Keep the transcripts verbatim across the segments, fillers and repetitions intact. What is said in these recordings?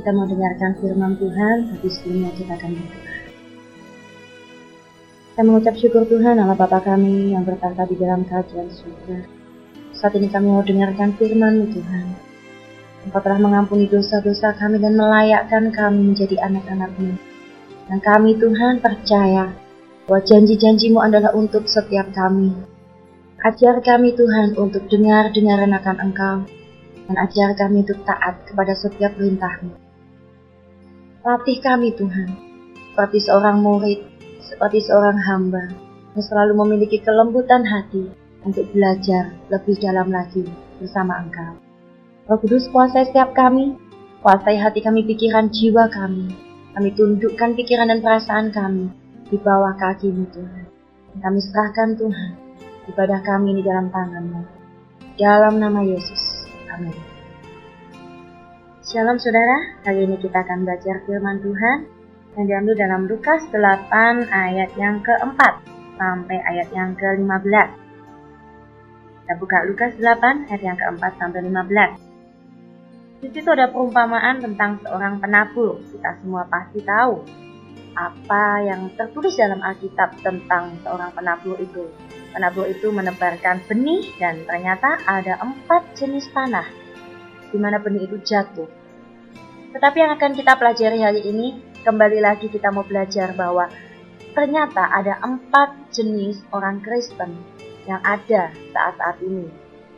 Kita mau dengarkan firman Tuhan, tapi sebelumnya kita akan berdoa. Kita mengucap syukur Tuhan Allah Bapa kami yang bertata di dalam kerajaan surga. Saat ini kami mau dengarkan firman-Mu Tuhan. Engkau telah mengampuni dosa-dosa kami dan melayakkan kami menjadi anak-anak-Mu. Dan kami Tuhan percaya bahwa janji-janji-Mu adalah untuk setiap kami. Ajar kami Tuhan untuk dengar-dengaran akan Engkau, dan ajar kami untuk taat kepada setiap perintah-Mu. Latih kami Tuhan, seperti seorang murid, seperti seorang hamba, yang selalu memiliki kelembutan hati untuk belajar lebih dalam lagi bersama Engkau. Roh Kudus, kuasai setiap kami, kuasai hati kami, pikiran, jiwa kami. Kami tundukkan pikiran dan perasaan kami di bawah kaki-Mu Tuhan. Dan kami serahkan Tuhan, ibadah kami ini dalam tangan-Mu. Dalam nama Yesus, amin. Shalom saudara, hari ini kita akan belajar firman Tuhan yang diambil dalam Lukas delapan ayat yang keempat sampai ayat yang ke lima belas. Kita buka Lukas delapan ayat yang keempat sampai lima belas. Di situ ada perumpamaan tentang seorang penabur. Kita semua pasti tahu apa yang tertulis dalam Alkitab tentang seorang penabur itu. Penabur itu menebarkan benih dan ternyata ada empat jenis tanah di mana benih itu jatuh. Tetapi yang akan kita pelajari hari ini, kembali lagi kita mau belajar bahwa ternyata ada empat jenis orang Kristen yang ada saat-saat ini.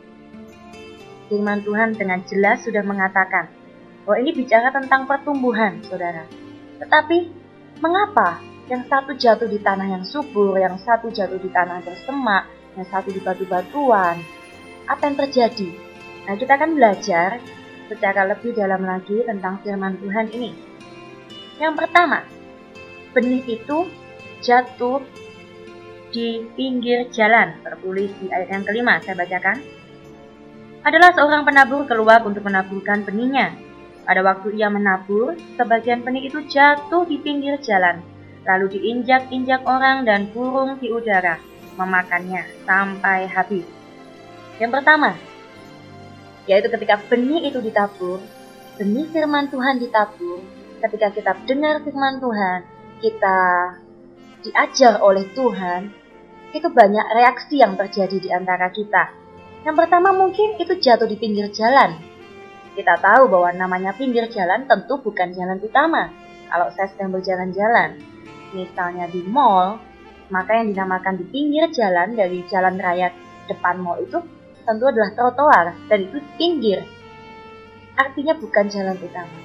Firman Tuhan dengan jelas sudah mengatakan bahwa ini bicara tentang pertumbuhan, saudara. Tetapi mengapa yang satu jatuh di tanah yang subur, yang satu jatuh di tanah bersemak, yang satu di batu-batuan? Apa yang terjadi? Nah, kita akan belajar secara lebih dalam lagi tentang firman Tuhan ini. Yang pertama, benih itu jatuh di pinggir jalan. Tertulis di ayat yang kelima, saya bacakan. Adalah seorang penabur keluar untuk menaburkan benihnya. Pada waktu ia menabur, sebagian benih itu jatuh di pinggir jalan, lalu diinjak-injak orang dan burung di udara, memakannya sampai habis. Yang pertama, yaitu ketika benih itu ditabur, benih firman Tuhan ditabur, ketika kita dengar firman Tuhan, kita diajar oleh Tuhan, itu banyak reaksi yang terjadi di antara kita. Yang pertama mungkin itu jatuh di pinggir jalan. Kita tahu bahwa namanya pinggir jalan tentu bukan jalan utama. Kalau saya sedang berjalan-jalan, misalnya di mall, maka yang dinamakan di pinggir jalan dari jalan raya depan mall itu tentu adalah trotoar, dan itu pinggir. Artinya bukan jalan utama.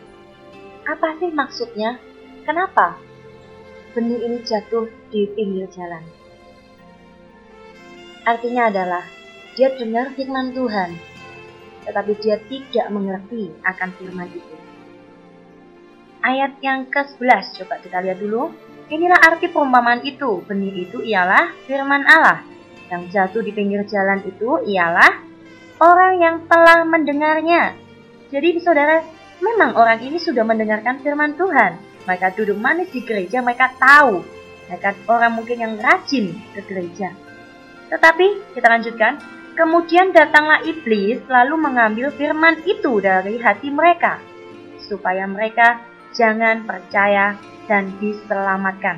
Apa sih maksudnya? Kenapa benih ini jatuh di pinggir jalan? Artinya adalah dia dengar firman Tuhan, tetapi dia tidak mengerti akan firman itu. Ayat yang ke sebelas, coba kita lihat dulu. Inilah arti perumpamaan itu. Benih itu ialah firman Allah. Yang jatuh di pinggir jalan itu ialah orang yang telah mendengarnya. Jadi saudara, memang orang ini sudah mendengarkan firman Tuhan. Mereka duduk manis di gereja, mereka tahu. Mereka orang mungkin yang rajin ke gereja. Tetapi kita lanjutkan. Kemudian datanglah iblis lalu mengambil firman itu dari hati mereka, supaya mereka jangan percaya dan diselamatkan.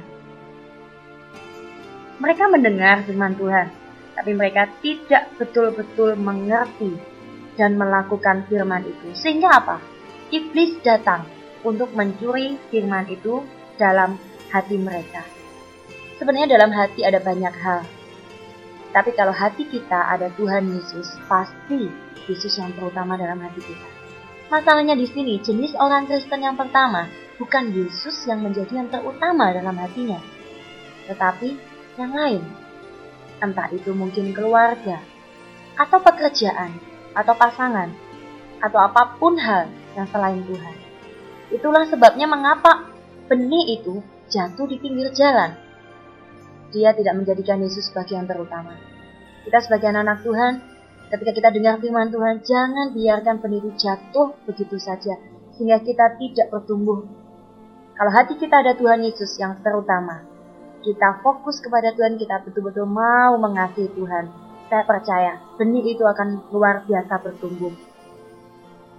Mereka mendengar firman Tuhan, tapi mereka tidak betul-betul mengerti dan melakukan firman itu. Sehingga apa? Iblis datang untuk mencuri firman itu dalam hati mereka. Sebenarnya dalam hati ada banyak hal. Tapi kalau hati kita ada Tuhan Yesus, pasti Yesus yang terutama dalam hati kita. Masalahnya di sini, jenis orang Kristen yang pertama, bukan Yesus yang menjadi yang terutama dalam hatinya, tetapi yang lain. Entah itu mungkin keluarga, atau pekerjaan, atau pasangan, atau apapun hal yang selain Tuhan. Itulah sebabnya mengapa benih itu jatuh di pinggir jalan. Dia tidak menjadikan Yesus sebagai yang terutama. Kita sebagai anak Tuhan, ketika kita dengar firman Tuhan, jangan biarkan benih itu jatuh begitu saja, sehingga kita tidak bertumbuh. Kalau hati kita ada Tuhan Yesus yang terutama, kita fokus kepada Tuhan, kita betul-betul mau mengasihi Tuhan, saya percaya benih itu akan luar biasa bertumbuh.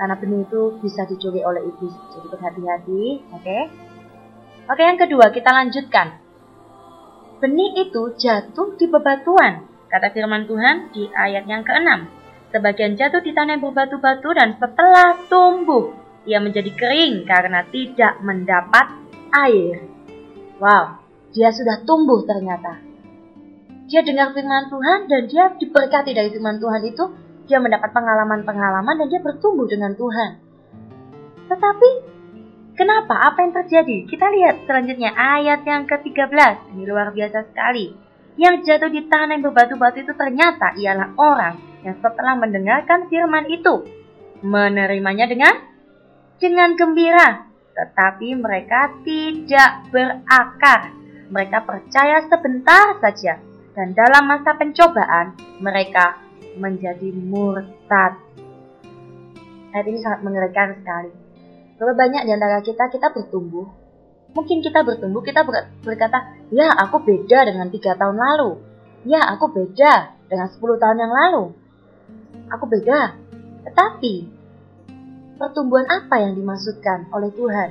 Karena benih itu bisa dicuri oleh iblis. Jadi berhati-hati, oke? Okay? Oke, yang kedua kita lanjutkan. Benih itu jatuh di bebatuan. Kata firman Tuhan di ayat yang keenam. Sebagian jatuh di tanah yang berbatu-batu dan setelah tumbuh, ia menjadi kering karena tidak mendapat air. Wow, dia sudah tumbuh ternyata. Dia dengar firman Tuhan dan dia diberkati dari firman Tuhan itu. Dia mendapat pengalaman-pengalaman dan dia bertumbuh dengan Tuhan. Tetapi, kenapa? Apa yang terjadi? Kita lihat selanjutnya ayat yang ke tiga belas. Ini luar biasa sekali. Yang jatuh di tanah yang berbatu-batu itu ternyata ialah orang yang setelah mendengarkan firman itu, menerimanya dengan dengan gembira. Tetapi mereka tidak berakar. Mereka percaya sebentar saja. Dan dalam masa pencobaan, mereka menjadi murtad. Ayat ini sangat mengerikan sekali. Berapa banyak di antara kita, kita bertumbuh. Mungkin kita bertumbuh, kita ber, berkata, ya aku beda dengan tiga tahun lalu. Ya aku beda dengan sepuluh tahun yang lalu. Aku beda. Tetapi, pertumbuhan apa yang dimaksudkan oleh Tuhan?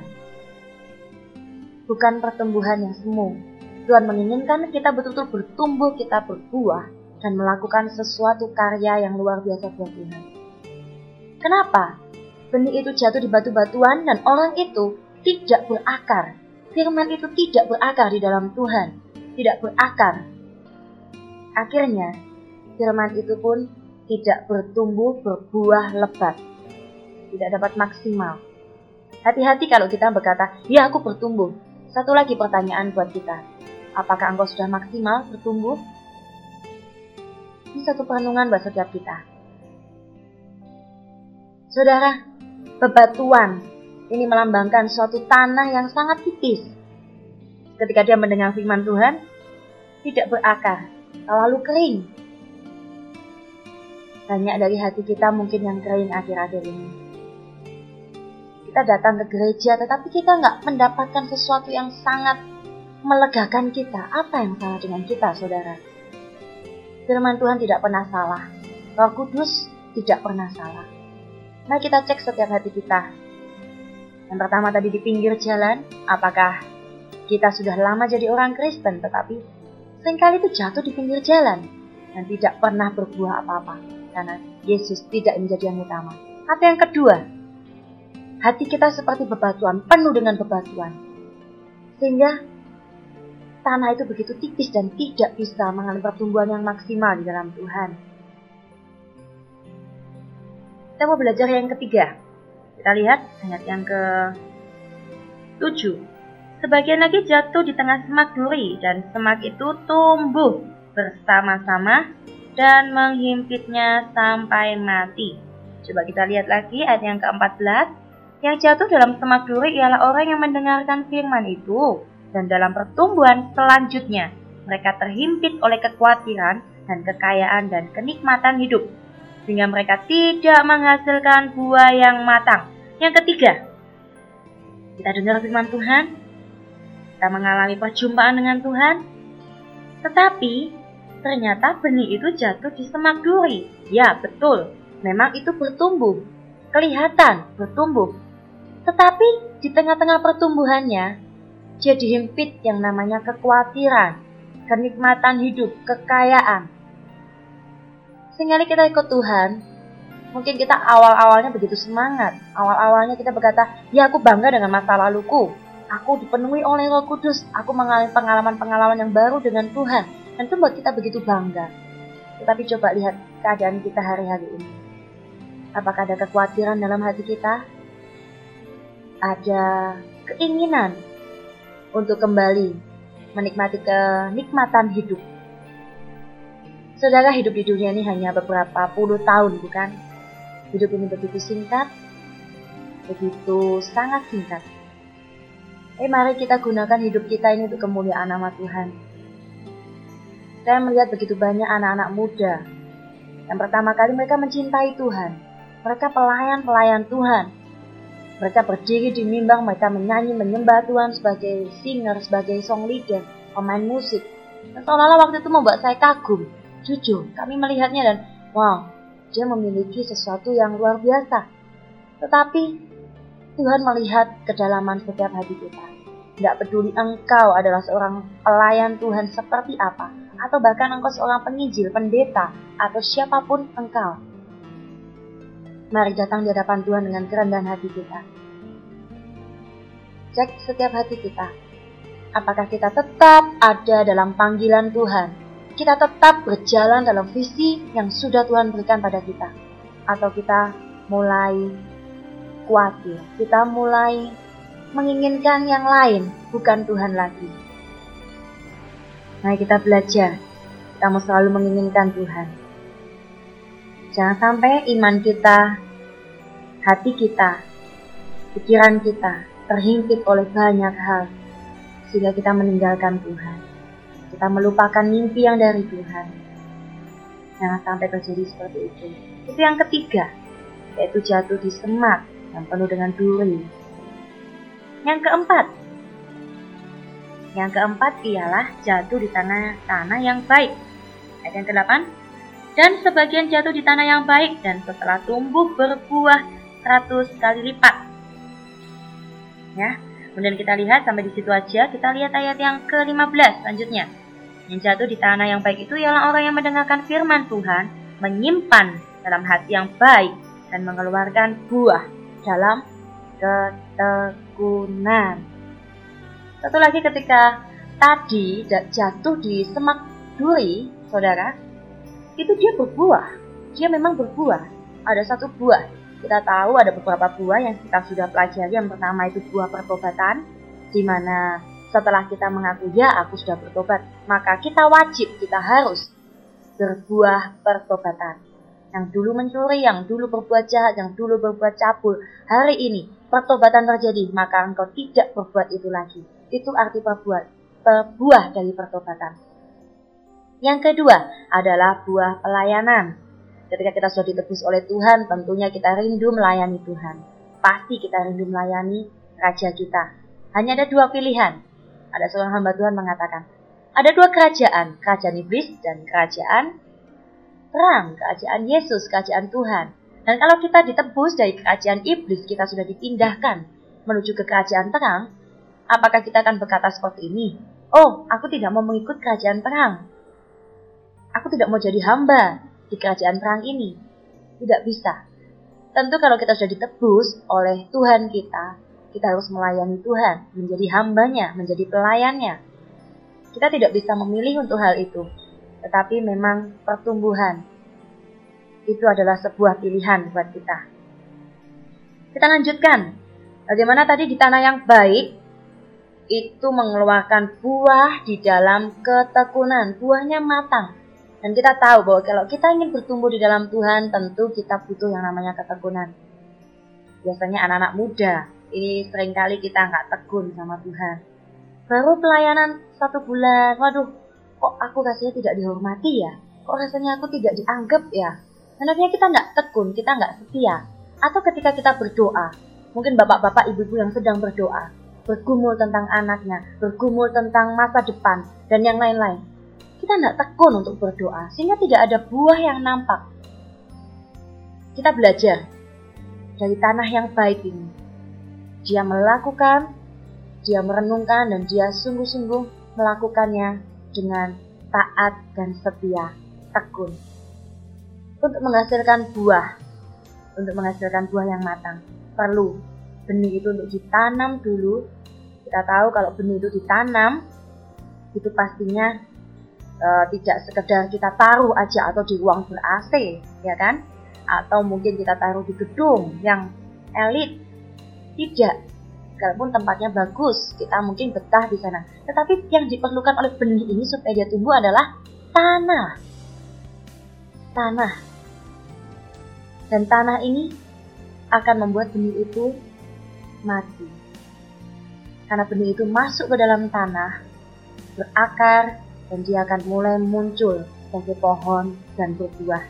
Bukan pertumbuhan yang semu. Tuhan menginginkan kita betul-betul bertumbuh, kita berbuah, dan melakukan sesuatu karya yang luar biasa buat Tuhan. Kenapa? Benih itu jatuh di batu-batuan dan orang itu tidak berakar. Firman itu tidak berakar di dalam Tuhan. Tidak berakar. Akhirnya, firman itu pun tidak bertumbuh, berbuah lebat. Tidak dapat maksimal. Hati-hati kalau kita berkata, ya aku bertumbuh. Satu lagi pertanyaan buat kita. Apakah engkau sudah maksimal bertumbuh? Ini satu perenungan buat setiap kita. Saudara, bebatuan ini melambangkan suatu tanah yang sangat tipis. Ketika dia mendengar firman Tuhan, tidak berakar, lalu kering. Banyak dari hati kita mungkin yang kering akhir-akhir ini. Kita datang ke gereja, tetapi kita nggak mendapatkan sesuatu yang sangat melegakan kita. Apa yang salah dengan kita, saudara? Firman Tuhan tidak pernah salah. Roh Kudus tidak pernah salah. Nah, kita cek setiap hati kita. Yang pertama tadi di pinggir jalan, apakah kita sudah lama jadi orang Kristen, tetapi seringkali itu jatuh di pinggir jalan dan tidak pernah berbuah apa-apa karena Yesus tidak menjadi yang utama. Atau yang kedua, hati kita seperti bebatuan, penuh dengan bebatuan, sehingga tanah itu begitu tipis dan tidak bisa mengalami pertumbuhan yang maksimal di dalam Tuhan. Kita mau belajar yang ketiga. Kita lihat ayat yang ke tujuh. Sebagian lagi jatuh di tengah semak duri dan semak itu tumbuh bersama-sama dan menghimpitnya sampai mati. Coba kita lihat lagi ayat yang ke empat belas. Yang jatuh dalam semak duri ialah orang yang mendengarkan firman itu. Dan dalam pertumbuhan selanjutnya, mereka terhimpit oleh kekhawatiran dan kekayaan dan kenikmatan hidup. Sehingga mereka tidak menghasilkan buah yang matang. Yang ketiga, kita dengar firman Tuhan, kita mengalami perjumpaan dengan Tuhan, tetapi ternyata benih itu jatuh di semak duri. Ya, betul, memang itu bertumbuh, kelihatan bertumbuh. Tetapi di tengah-tengah pertumbuhannya, dia dihimpit yang namanya kekhawatiran, kenikmatan hidup, kekayaan. Sehingga kita ikut Tuhan, mungkin kita awal-awalnya begitu semangat. Awal-awalnya kita berkata, ya aku bangga dengan masa laluku. Aku dipenuhi oleh Roh Kudus. Aku mengalami pengalaman-pengalaman yang baru dengan Tuhan. Dan itu membuat kita begitu bangga. Tetapi coba lihat keadaan kita hari-hari ini. Apakah ada kekhawatiran dalam hati kita? Ada keinginan untuk kembali menikmati kenikmatan hidup. Saudara, hidup di dunia ini hanya beberapa puluh tahun, bukan? Hidup ini begitu singkat, begitu sangat singkat. Eh, mari kita gunakan hidup kita ini untuk kemuliaan nama Tuhan. Saya melihat begitu banyak anak-anak muda. Yang pertama kali mereka mencintai Tuhan. Mereka pelayan-pelayan Tuhan. Mereka berdiri di mimbar, mereka menyanyi, menyembah Tuhan sebagai singer, sebagai song leader, pemain musik. Dan seolah-olah waktu itu membuat saya kagum. Jujur, kami melihatnya dan wow, dia memiliki sesuatu yang luar biasa. Tetapi Tuhan melihat kedalaman setiap hati kita. Tidak peduli engkau adalah seorang pelayan Tuhan seperti apa, atau bahkan engkau seorang penginjil, pendeta, atau siapapun engkau. Mari datang di hadapan Tuhan dengan kerendahan hati kita. Cek setiap hati kita. Apakah kita tetap ada dalam panggilan Tuhan? Kita tetap berjalan dalam visi yang sudah Tuhan berikan pada kita? Atau kita mulai khawatir, kita mulai menginginkan yang lain, bukan Tuhan lagi. Mari kita belajar, kita mau selalu menginginkan Tuhan. Jangan sampai iman kita, hati kita, pikiran kita terhimpit oleh banyak hal, sehingga kita meninggalkan Tuhan. Kita melupakan mimpi yang dari Tuhan. Jangan sampai terjadi seperti itu. Itu yang ketiga, yaitu jatuh di semak yang penuh dengan duri. Yang keempat, yang keempat ialah jatuh di tanah-tanah yang baik. Ayat yang kedelapan, dan sebagian jatuh di tanah yang baik dan setelah tumbuh berbuah seratus kali lipat. Ya, kemudian kita lihat sampai di situ aja. Kita lihat ayat yang ke lima belas selanjutnya. Yang jatuh di tanah yang baik itu ialah orang yang mendengarkan firman Tuhan, menyimpan dalam hati yang baik dan mengeluarkan buah dalam ketekunan. Satu lagi, ketika tadi jatuh di semak duri, saudara, itu dia berbuah. Dia memang berbuah. Ada satu buah. Kita tahu ada beberapa buah yang kita sudah pelajari. Yang pertama itu buah pertobatan, di mana setelah kita mengaku, ya aku sudah bertobat, maka kita wajib, kita harus berbuah pertobatan. Yang dulu mencuri, yang dulu berbuat jahat, yang dulu berbuat cabul, hari ini pertobatan terjadi, maka engkau tidak berbuat itu lagi. Itu arti perbuat, buah dari pertobatan. Yang kedua adalah buah pelayanan. Ketika kita sudah ditebus oleh Tuhan, tentunya kita rindu melayani Tuhan. Pasti kita rindu melayani Raja kita. Hanya ada dua pilihan. Ada seorang hamba Tuhan mengatakan, ada dua kerajaan, kerajaan iblis dan kerajaan terang, kerajaan Yesus, kerajaan Tuhan. Dan kalau kita ditebus dari kerajaan iblis, kita sudah dipindahkan menuju ke kerajaan terang, apakah kita akan berkata seperti ini? Oh, aku tidak mau mengikut kerajaan terang. Aku tidak mau jadi hamba di kerajaan terang ini. Tidak bisa. Tentu kalau kita sudah ditebus oleh Tuhan kita, kita harus melayani Tuhan, menjadi hambanya, menjadi pelayannya. Kita tidak bisa memilih untuk hal itu. Tetapi memang pertumbuhan itu adalah sebuah pilihan buat kita. Kita lanjutkan. Bagaimana tadi di tanah yang baik itu mengeluarkan buah di dalam ketekunan. Buahnya matang. Dan kita tahu bahwa kalau kita ingin bertumbuh di dalam Tuhan, tentu kita butuh yang namanya ketekunan. Biasanya anak-anak muda, ini seringkali kita nggak tekun sama Tuhan. Baru pelayanan satu bulan, waduh, kok aku rasanya tidak dihormati ya? Kok rasanya aku tidak dianggap ya? Karena kita nggak tekun, kita nggak setia. Atau ketika kita berdoa, mungkin bapak-bapak, ibu-ibu yang sedang berdoa, bergumul tentang anaknya, bergumul tentang masa depan, dan yang lain-lain. Kita tidak tekun untuk berdoa, sehingga tidak ada buah yang nampak. Kita belajar dari tanah yang baik ini. Dia melakukan, dia merenungkan, dan dia sungguh-sungguh melakukannya dengan taat dan setia, tekun. Untuk menghasilkan buah, untuk menghasilkan buah yang matang, perlu benih itu untuk ditanam dulu. Kita tahu kalau benih itu ditanam, itu pastinya Uh, tidak sekedar kita taruh aja atau di ruang ber-A C, ya kan? Atau mungkin kita taruh di gedung yang elit. Tidak. Walaupun tempatnya bagus, kita mungkin betah di sana. Tetapi yang diperlukan oleh benih ini supaya dia tumbuh adalah tanah. Tanah. Dan tanah ini akan membuat benih itu mati. Karena benih itu masuk ke dalam tanah, berakar, dan dia akan mulai muncul sebagai pohon dan berbuah.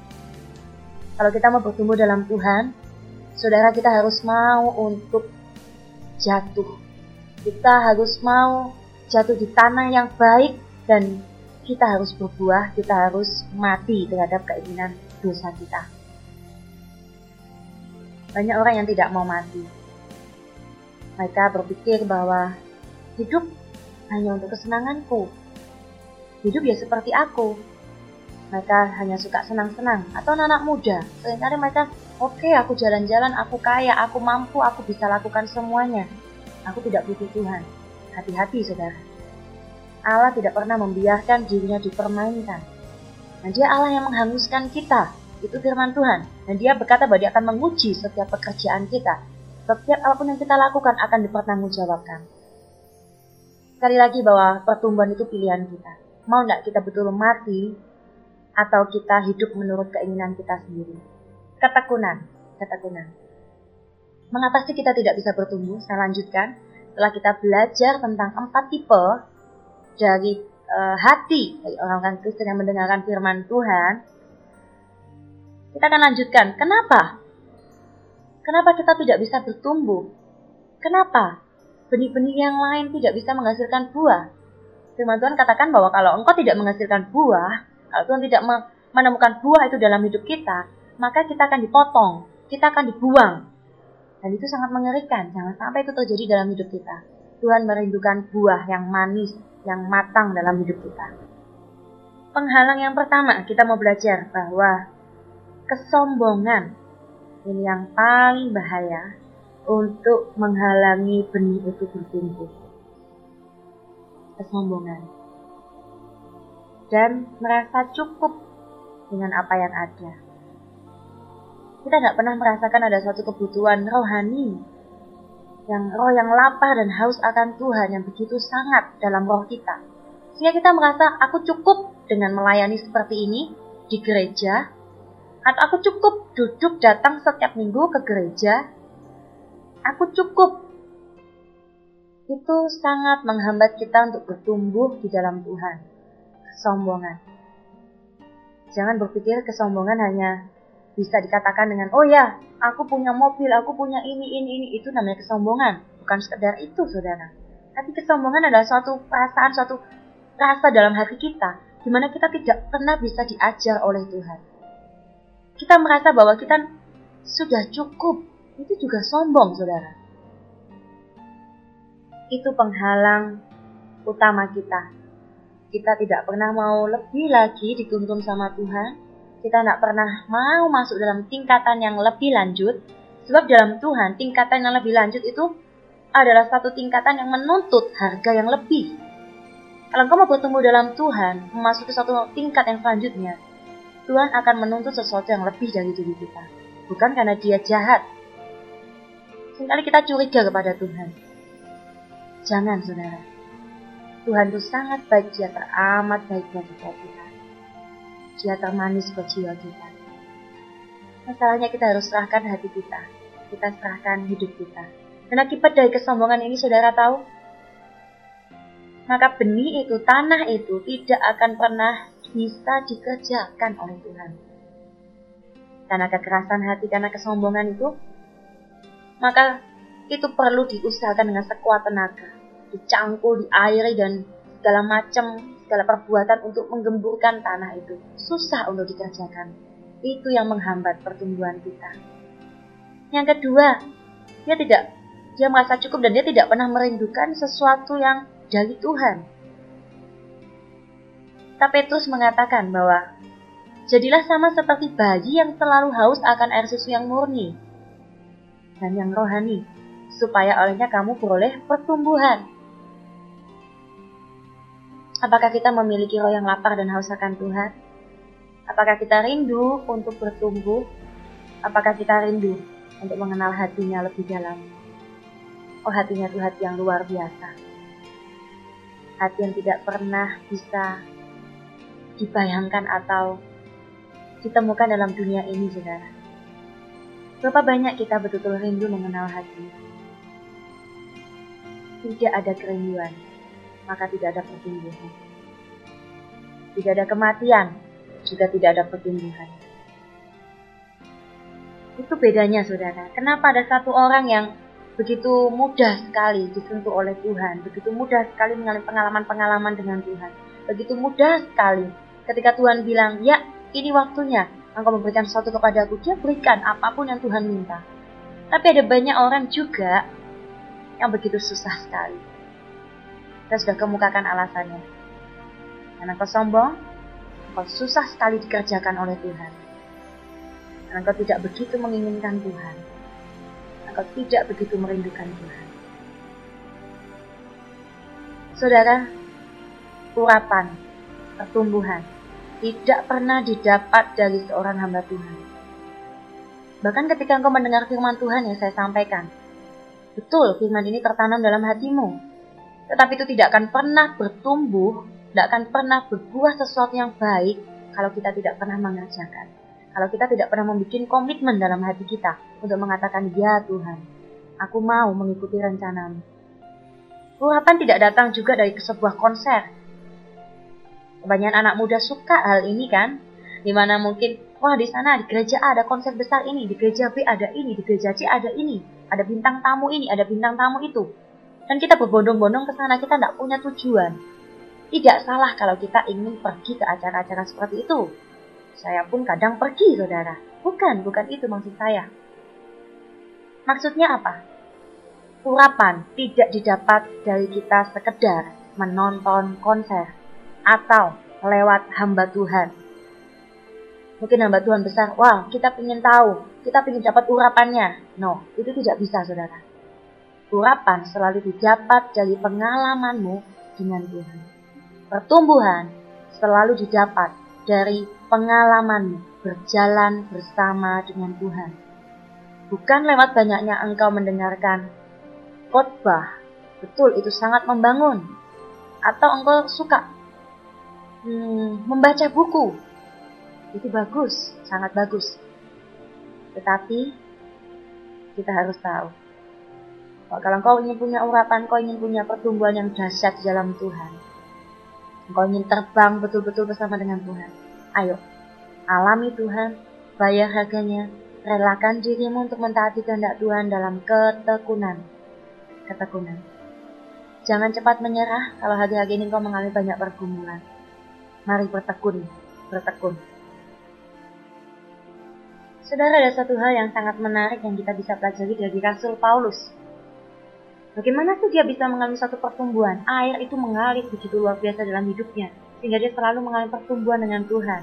Kalau kita mau bertumbuh dalam Tuhan, saudara, kita harus mau untuk jatuh. Kita harus mau jatuh di tanah yang baik dan kita harus berbuah, kita harus mati terhadap keinginan dosa kita. Banyak orang yang tidak mau mati. Mereka berpikir bahwa hidup hanya untuk kesenanganku. Hidup ya seperti aku. Mereka hanya suka senang-senang. Atau anak muda, seringkali mereka, oke okay, aku jalan-jalan, aku kaya, aku mampu, aku bisa lakukan semuanya. Aku tidak butuh Tuhan. Hati-hati saudara. Allah tidak pernah membiarkan dirinya dipermainkan. Dan dia Allah yang menghanguskan kita. Itu firman Tuhan. Dan dia berkata bahwa dia akan menguji setiap pekerjaan kita. Setiap apapun yang kita lakukan akan dipertanggungjawabkan. Sekali lagi bahwa pertumbuhan itu pilihan kita. Mau tidak kita betul mati atau kita hidup menurut keinginan kita sendiri. Ketekunan. Ketekunan. Mengatasi kita tidak bisa bertumbuh. Saya lanjutkan. Setelah kita belajar tentang empat tipe dari uh, hati dari orang-orang Kristen yang mendengarkan firman Tuhan, kita akan lanjutkan. Kenapa? Kenapa kita tidak bisa bertumbuh? Kenapa benih-benih yang lain tidak bisa menghasilkan buah? Firman Tuhan katakan bahwa kalau engkau tidak menghasilkan buah, kalau Tuhan tidak menemukan buah itu dalam hidup kita, maka kita akan dipotong, kita akan dibuang. Dan itu sangat mengerikan. Jangan sampai itu terjadi dalam hidup kita. Tuhan merindukan buah yang manis, yang matang dalam hidup kita. Penghalang yang pertama, kita mau belajar bahwa kesombongan ini yang paling bahaya untuk menghalangi benih itu bertumbuh. Kesombongan. Dan merasa cukup dengan apa yang ada. Kita tidak pernah merasakan ada suatu kebutuhan rohani. Yang roh yang lapar dan haus akan Tuhan yang begitu sangat dalam roh kita. Sehingga kita merasa aku cukup dengan melayani seperti ini di gereja. Atau aku cukup duduk datang setiap minggu ke gereja. Aku cukup. Itu sangat menghambat kita untuk bertumbuh di dalam Tuhan. Kesombongan. Jangan berpikir kesombongan hanya bisa dikatakan dengan, oh ya, aku punya mobil, aku punya ini, ini, ini. Itu namanya kesombongan. Bukan sekedar itu, saudara. Tapi kesombongan adalah suatu perasaan, suatu rasa dalam hati kita. Di mana kita tidak pernah bisa diajar oleh Tuhan. Kita merasa bahwa kita sudah cukup. Itu juga sombong, saudara. Itu penghalang utama kita. Kita tidak pernah mau lebih lagi dituntun sama Tuhan. Kita tidak pernah mau masuk dalam tingkatan yang lebih lanjut. Sebab dalam Tuhan, tingkatan yang lebih lanjut itu adalah satu tingkatan yang menuntut harga yang lebih. Kalau engkau mau bertumbuh dalam Tuhan, memasuki satu tingkat yang selanjutnya, Tuhan akan menuntut sesuatu yang lebih dari diri kita. Bukan karena dia jahat. Seringkali kita curiga kepada Tuhan. Jangan, saudara. Tuhan itu sangat baik, dia teramat baik bagi kita. Dia termanis buat jiwa kita. Masalahnya kita harus serahkan hati kita. Kita serahkan hidup kita. Dan akibat dari kesombongan ini, saudara tahu? Maka benih itu, tanah itu tidak akan pernah bisa dikerjakan oleh Tuhan. Karena kekerasan hati, karena kesombongan itu, maka itu perlu diusahakan dengan sekuat tenaga. Dicangkul, diairi, dan segala macam, segala perbuatan untuk menggemburkan tanah itu. Susah untuk dikerjakan. Itu yang menghambat pertumbuhan kita. Yang kedua, dia tidak, dia merasa cukup dan dia tidak pernah merindukan sesuatu yang dari Tuhan. Petrus mengatakan bahwa jadilah sama seperti bayi yang selalu haus akan air susu yang murni dan yang rohani, supaya olehnya kamu beroleh pertumbuhan. Apakah kita memiliki roh yang lapar dan haus akan Tuhan? Apakah kita rindu untuk bertumbuh? Apakah kita rindu untuk mengenal hatinya lebih dalam? Oh, hatinya itu hati yang luar biasa. Hati yang tidak pernah bisa dibayangkan atau ditemukan dalam dunia ini, saudara. Berapa banyak kita betul-betul rindu mengenal hati? Tidak ada kerinduan, maka tidak ada pertumbuhan. Tidak ada kematian, juga tidak ada pertumbuhan. Itu bedanya, saudara. Kenapa ada satu orang yang begitu mudah sekali disentuh oleh Tuhan, begitu mudah sekali mengalami pengalaman-pengalaman dengan Tuhan, begitu mudah sekali ketika Tuhan bilang, ya ini waktunya engkau memberikan sesuatu kepadaku, dia berikan apapun yang Tuhan minta. Tapi ada banyak orang juga yang begitu susah sekali. Saya sudah kemukakan alasannya. Karena engkau sombong, engkau susah sekali dikerjakan oleh Tuhan. Karena engkau tidak begitu menginginkan Tuhan. Engkau tidak begitu merindukan Tuhan. Saudara, urapan, pertumbuhan tidak pernah didapat dari seorang hamba Tuhan. Bahkan ketika engkau mendengar firman Tuhan yang saya sampaikan, betul firman ini tertanam dalam hatimu, tetapi itu tidak akan pernah bertumbuh, tidak akan pernah berbuah sesuatu yang baik kalau kita tidak pernah mengerjakan. Kalau kita tidak pernah membuat komitmen dalam hati kita untuk mengatakan, ya Tuhan, aku mau mengikuti rencanamu. Urapan tidak datang juga dari sebuah konser. Kebanyakan anak muda suka hal ini kan, dimana mungkin, wah di sana di gereja A ada konser besar ini, di gereja B ada ini, di gereja C ada ini, ada bintang tamu ini, ada bintang tamu itu. Dan kita berbondong-bondong ke sana, kita tidak punya tujuan. Tidak salah kalau kita ingin pergi ke acara-acara seperti itu. Saya pun kadang pergi, saudara. Bukan, bukan itu maksud saya. Maksudnya apa? Urapan tidak didapat dari kita sekedar menonton konser atau lewat hamba Tuhan. Mungkin hamba Tuhan besar, wah kita ingin tahu, kita ingin dapat urapannya. No, itu tidak bisa, saudara. Urapan selalu didapat dari pengalamanmu dengan Tuhan. Pertumbuhan selalu didapat dari pengalamanmu berjalan bersama dengan Tuhan. Bukan lewat banyaknya engkau mendengarkan khotbah. Betul, itu sangat membangun. Atau engkau suka Hmm, membaca buku, itu bagus, sangat bagus. Tetapi kita harus tahu, kalau kau ingin punya urapan, kau ingin punya pertumbuhan yang dahsyat di dalam Tuhan, kau ingin terbang betul-betul bersama dengan Tuhan, ayo, alami Tuhan, bayar harganya, relakan dirimu untuk mentaati kehendak Tuhan dalam ketekunan. Ketekunan. Jangan cepat menyerah kalau hari-hari ini kau mengalami banyak pergumulan. Mari bertekun, bertekun. Saudara, ada satu hal yang sangat menarik yang kita bisa pelajari dari Rasul Paulus. Bagaimana sih dia bisa mengalami satu pertumbuhan? Air itu mengalir begitu luar biasa dalam hidupnya, sehingga dia selalu mengalami pertumbuhan dengan Tuhan.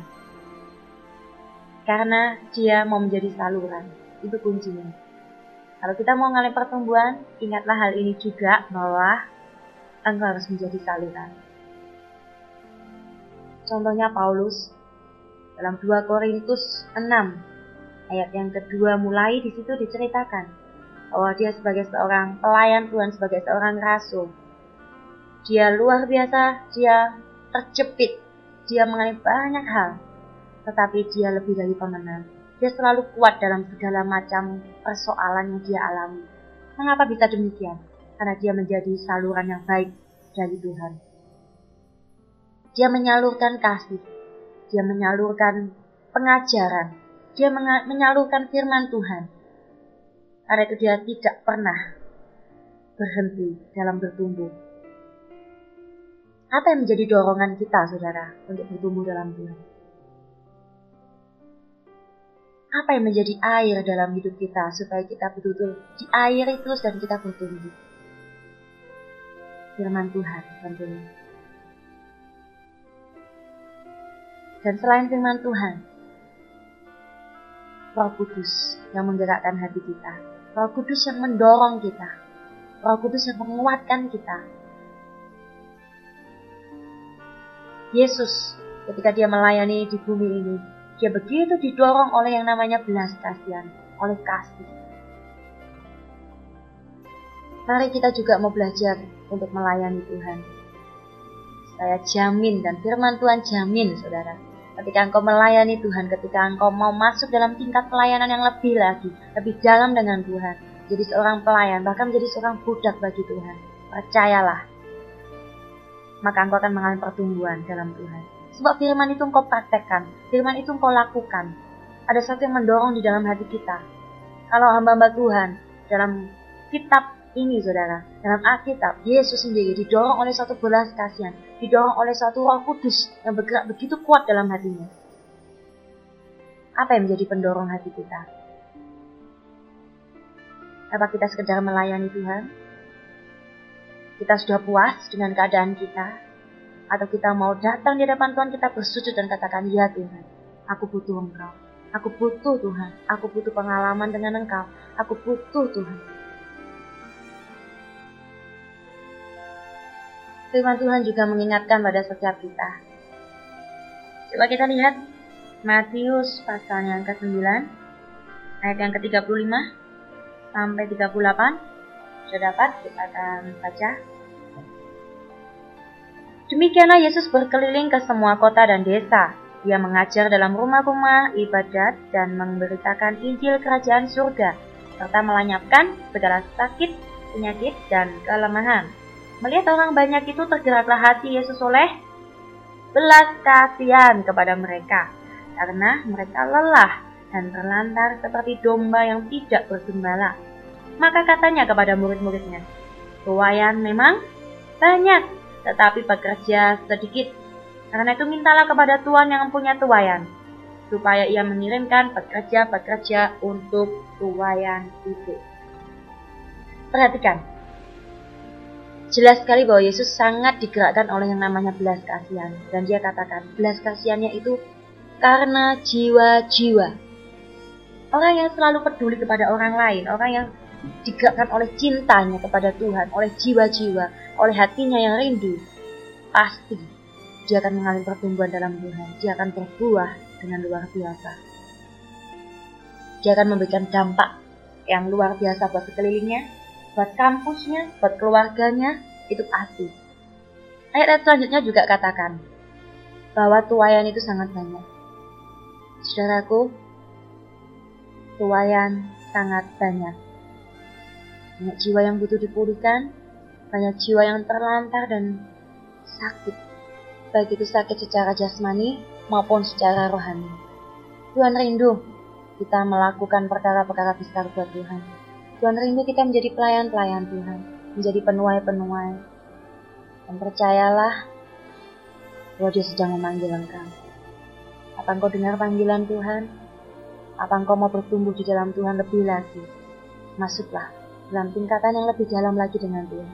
Karena dia mau menjadi saluran, itu kuncinya. Kalau kita mau mengalami pertumbuhan, ingatlah hal ini juga bahwa engkau harus menjadi saluran. Contohnya Paulus dalam dua Korintus enam ayat yang kedua mulai di situ diceritakan bahwa dia sebagai seorang pelayan Tuhan, sebagai seorang rasul. Dia luar biasa, dia terjepit, dia mengalami banyak hal, tetapi dia lebih dari pemenang. Dia selalu kuat dalam segala macam persoalan yang dia alami. Mengapa bisa demikian? Karena dia menjadi saluran yang baik dari Tuhan. Dia menyalurkan kasih, dia menyalurkan pengajaran, dia menyalurkan firman Tuhan. Karena itu dia tidak pernah berhenti dalam bertumbuh. Apa yang menjadi dorongan kita, saudara, untuk bertumbuh dalam Tuhan? Apa yang menjadi air dalam hidup kita supaya kita betul-betul diairi terus dan kita bertumbuh? Firman Tuhan tentunya. Dan selain firman Tuhan, Roh Kudus yang menggerakkan hati kita, Roh Kudus yang mendorong kita, Roh Kudus yang menguatkan kita. Yesus ketika dia melayani di bumi ini, dia begitu didorong oleh yang namanya belas kasihan, oleh kasih. Mari kita juga mau belajar untuk melayani Tuhan. Saya jamin dan firman Tuhan jamin, saudara. Ketika engkau melayani Tuhan, ketika engkau mau masuk dalam tingkat pelayanan yang lebih lagi, lebih dalam dengan Tuhan, jadi seorang pelayan, bahkan menjadi seorang budak bagi Tuhan, percayalah, maka engkau akan mengalami pertumbuhan dalam Tuhan. Sebab firman itu engkau praktekkan, firman itu engkau lakukan. Ada sesuatu yang mendorong di dalam hati kita. Kalau hamba-hamba Tuhan, dalam kitab ini, saudara, dalam Alkitab, Yesus sendiri didorong oleh suatu belas kasihan, didorong oleh suatu Roh Kudus yang bergerak begitu kuat dalam hatinya. Apa yang menjadi pendorong hati kita? Apa kita sekedar melayani Tuhan? Kita sudah puas dengan keadaan kita? Atau kita mau datang di hadapan Tuhan, kita bersujud dan katakan, ya Tuhan, aku butuh Engkau. Aku butuh Tuhan. Aku butuh pengalaman dengan Engkau. Aku butuh Tuhan. Firman Tuhan juga mengingatkan pada setiap kita. Coba kita lihat Matius pasal yang kesembilan, ayat yang ke tiga puluh lima sampai tiga puluh delapan. Sudah dapat? Kita akan baca. Demikianlah Yesus berkeliling ke semua kota dan desa. Dia mengajar dalam rumah-rumah ibadat dan memberitakan Injil Kerajaan Surga, serta melenyapkan segala sakit, penyakit, dan kelemahan. Melihat orang banyak itu, tergeraklah hati Yesus oleh belas kasihan kepada mereka, karena mereka lelah dan terlantar seperti domba yang tidak bergembala. Maka katanya kepada murid-muridnya, tuaian memang banyak, tetapi pekerja sedikit. Karena itu mintalah kepada Tuhan yang mempunyai tuaian, supaya ia mengirimkan pekerja-pekerja untuk tuaian itu. Perhatikan, jelas sekali bahwa Yesus sangat digerakkan oleh yang namanya belas kasihan. Dan dia katakan, belas kasihannya itu karena jiwa-jiwa. Orang yang selalu peduli kepada orang lain, orang yang digerakkan oleh cintanya kepada Tuhan, oleh jiwa-jiwa, oleh hatinya yang rindu, pasti dia akan mengalami pertumbuhan dalam Tuhan. Dia akan berbuah dengan luar biasa. Dia akan memberikan dampak yang luar biasa buat sekelilingnya, buat kampusnya, buat keluarganya, itu pasti. Ayat-ayat selanjutnya juga katakan bahwa tuaian itu sangat banyak. Saudaraku, tuaian sangat banyak. Banyak jiwa yang butuh dipulihkan, banyak jiwa yang terlantar dan sakit. Baik itu sakit secara jasmani maupun secara rohani. Tuhan rindu kita melakukan perkara-perkara besar buat Tuhan. Tuhan rindu kita menjadi pelayan-pelayan Tuhan, menjadi penuai-penuai. Dan percayalah bahwa Dia sedang memanggil engkau. Apa engkau dengar panggilan Tuhan? Apa engkau mau bertumbuh di dalam Tuhan lebih lagi? Masuklah dalam tingkatan yang lebih dalam lagi dengan Tuhan.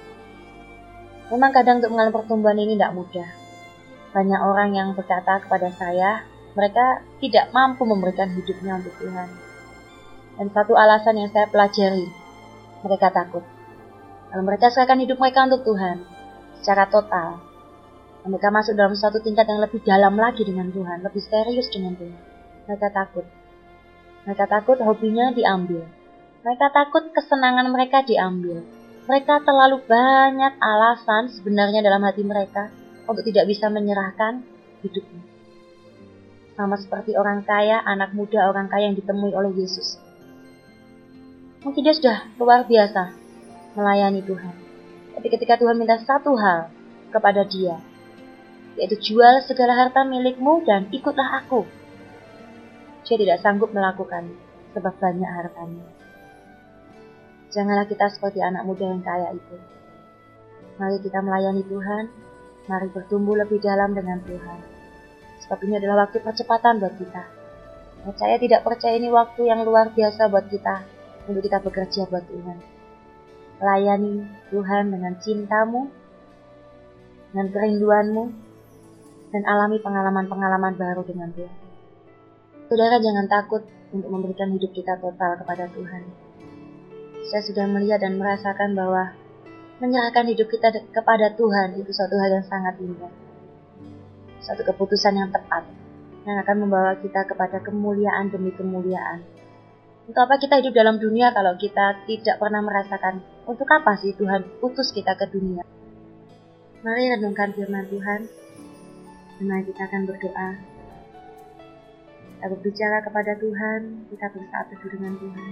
Memang kadang untuk mengalami pertumbuhan ini tidak mudah. Banyak orang yang berkata kepada saya, mereka tidak mampu memberikan hidupnya untuk Tuhan. Dan satu alasan yang saya pelajari, mereka takut. Kalau mereka serahkan hidup mereka untuk Tuhan, secara total, mereka masuk dalam suatu tingkat yang lebih dalam lagi dengan Tuhan, lebih serius dengan Tuhan. Mereka takut. Mereka takut hobinya diambil. Mereka takut kesenangan mereka diambil. Mereka terlalu banyak alasan sebenarnya dalam hati mereka untuk tidak bisa menyerahkan hidupnya. Sama seperti orang kaya, anak muda orang kaya yang ditemui oleh Yesus. Mungkin dia sudah luar biasa melayani Tuhan. Tapi ketika Tuhan minta satu hal kepada dia, yaitu jual segala harta milikmu dan ikutlah aku. Dia tidak sanggup melakukan sebab banyak hartanya. Janganlah kita seperti anak muda yang kaya itu. Mari kita melayani Tuhan. Mari bertumbuh lebih dalam dengan Tuhan. Sebab ini adalah waktu percepatan buat kita. Percaya tidak percaya ini waktu yang luar biasa buat kita. Untuk kita bekerja buat Tuhan. Layani Tuhan dengan cintamu. Dengan kerinduanmu. Dan alami pengalaman-pengalaman baru dengan Tuhan. Saudara jangan takut untuk memberikan hidup kita total kepada Tuhan. Saya sudah melihat dan merasakan bahwa menyerahkan hidup kita kepada Tuhan itu suatu hal yang sangat indah. Suatu keputusan yang tepat yang akan membawa kita kepada kemuliaan demi kemuliaan. Untuk apa kita hidup dalam dunia kalau kita tidak pernah merasakan untuk apa sih Tuhan utus kita ke dunia? Mari renungkan firman Tuhan. Dan mari kita akan berdoa. Kita berbicara kepada Tuhan, kita bersatu dengan Tuhan.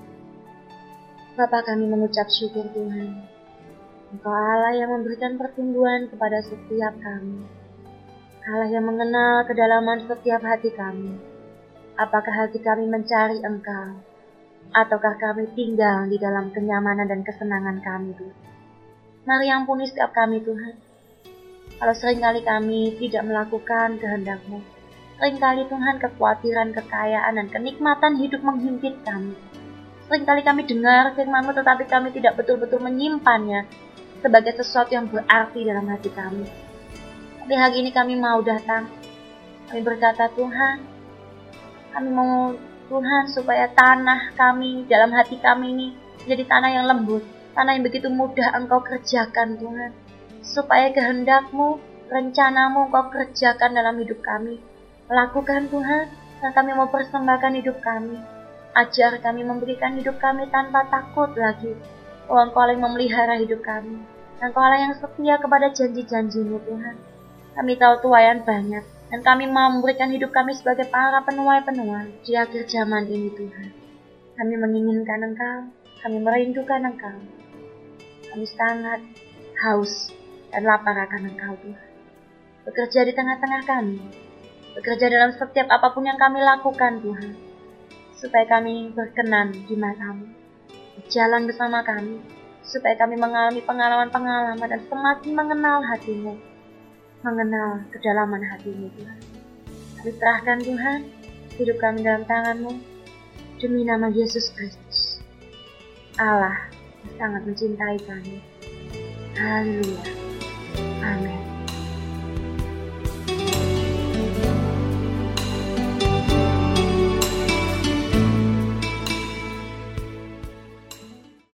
Bapa, kami mengucap syukur Tuhan. Engkau Allah yang memberikan pertumbuhan kepada setiap kami. Allah yang mengenal kedalaman setiap hati kami. Apakah hati kami mencari Engkau? Ataukah kami tinggal di dalam kenyamanan dan kesenangan kami, Tuhan? Mari ampuni setiap kami, Tuhan. Kalau seringkali kami tidak melakukan kehendak-Mu. Seringkali Tuhan kekhawatiran, kekayaan, dan kenikmatan hidup menghimpit kami. Seringkali kami dengar firman-Mu tetapi kami tidak betul-betul menyimpannya sebagai sesuatu yang berarti dalam hati kami. Tapi hari ini kami mau datang. Kami berkata, Tuhan, kami mau Tuhan supaya tanah kami, dalam hati kami ini menjadi tanah yang lembut, tanah yang begitu mudah Engkau kerjakan Tuhan. Supaya kehendak-Mu, rencana-Mu Engkau kerjakan dalam hidup kami. Lakukan Tuhan, dan kami mau persembahkan hidup kami. Ajar kami memberikan hidup kami tanpa takut lagi. Oh, Engkau yang memelihara hidup kami. Engkau Allah yang setia kepada janji-janji-Mu Tuhan. Kami tahu tuaian banyak, dan kami mau memberikan hidup kami sebagai para penuai-penuai di akhir zaman ini Tuhan. Kami menginginkan Engkau, kami merindukan Engkau. Kami sangat haus dan lapar akan Engkau Tuhan. Bekerja di tengah-tengah kami, bekerja dalam setiap apapun yang kami lakukan Tuhan, supaya kami berkenan di mata-Mu, berjalan bersama kami, supaya kami mengalami pengalaman-pengalaman dan semakin mengenal hati-Mu, mengenal kedalaman hati-Mu Tuhan. Kami serahkan Tuhan, hidup kami dalam tangan-Mu, demi nama Yesus Kristus, Allah yang sangat mencintai kami. Haleluya. Amin.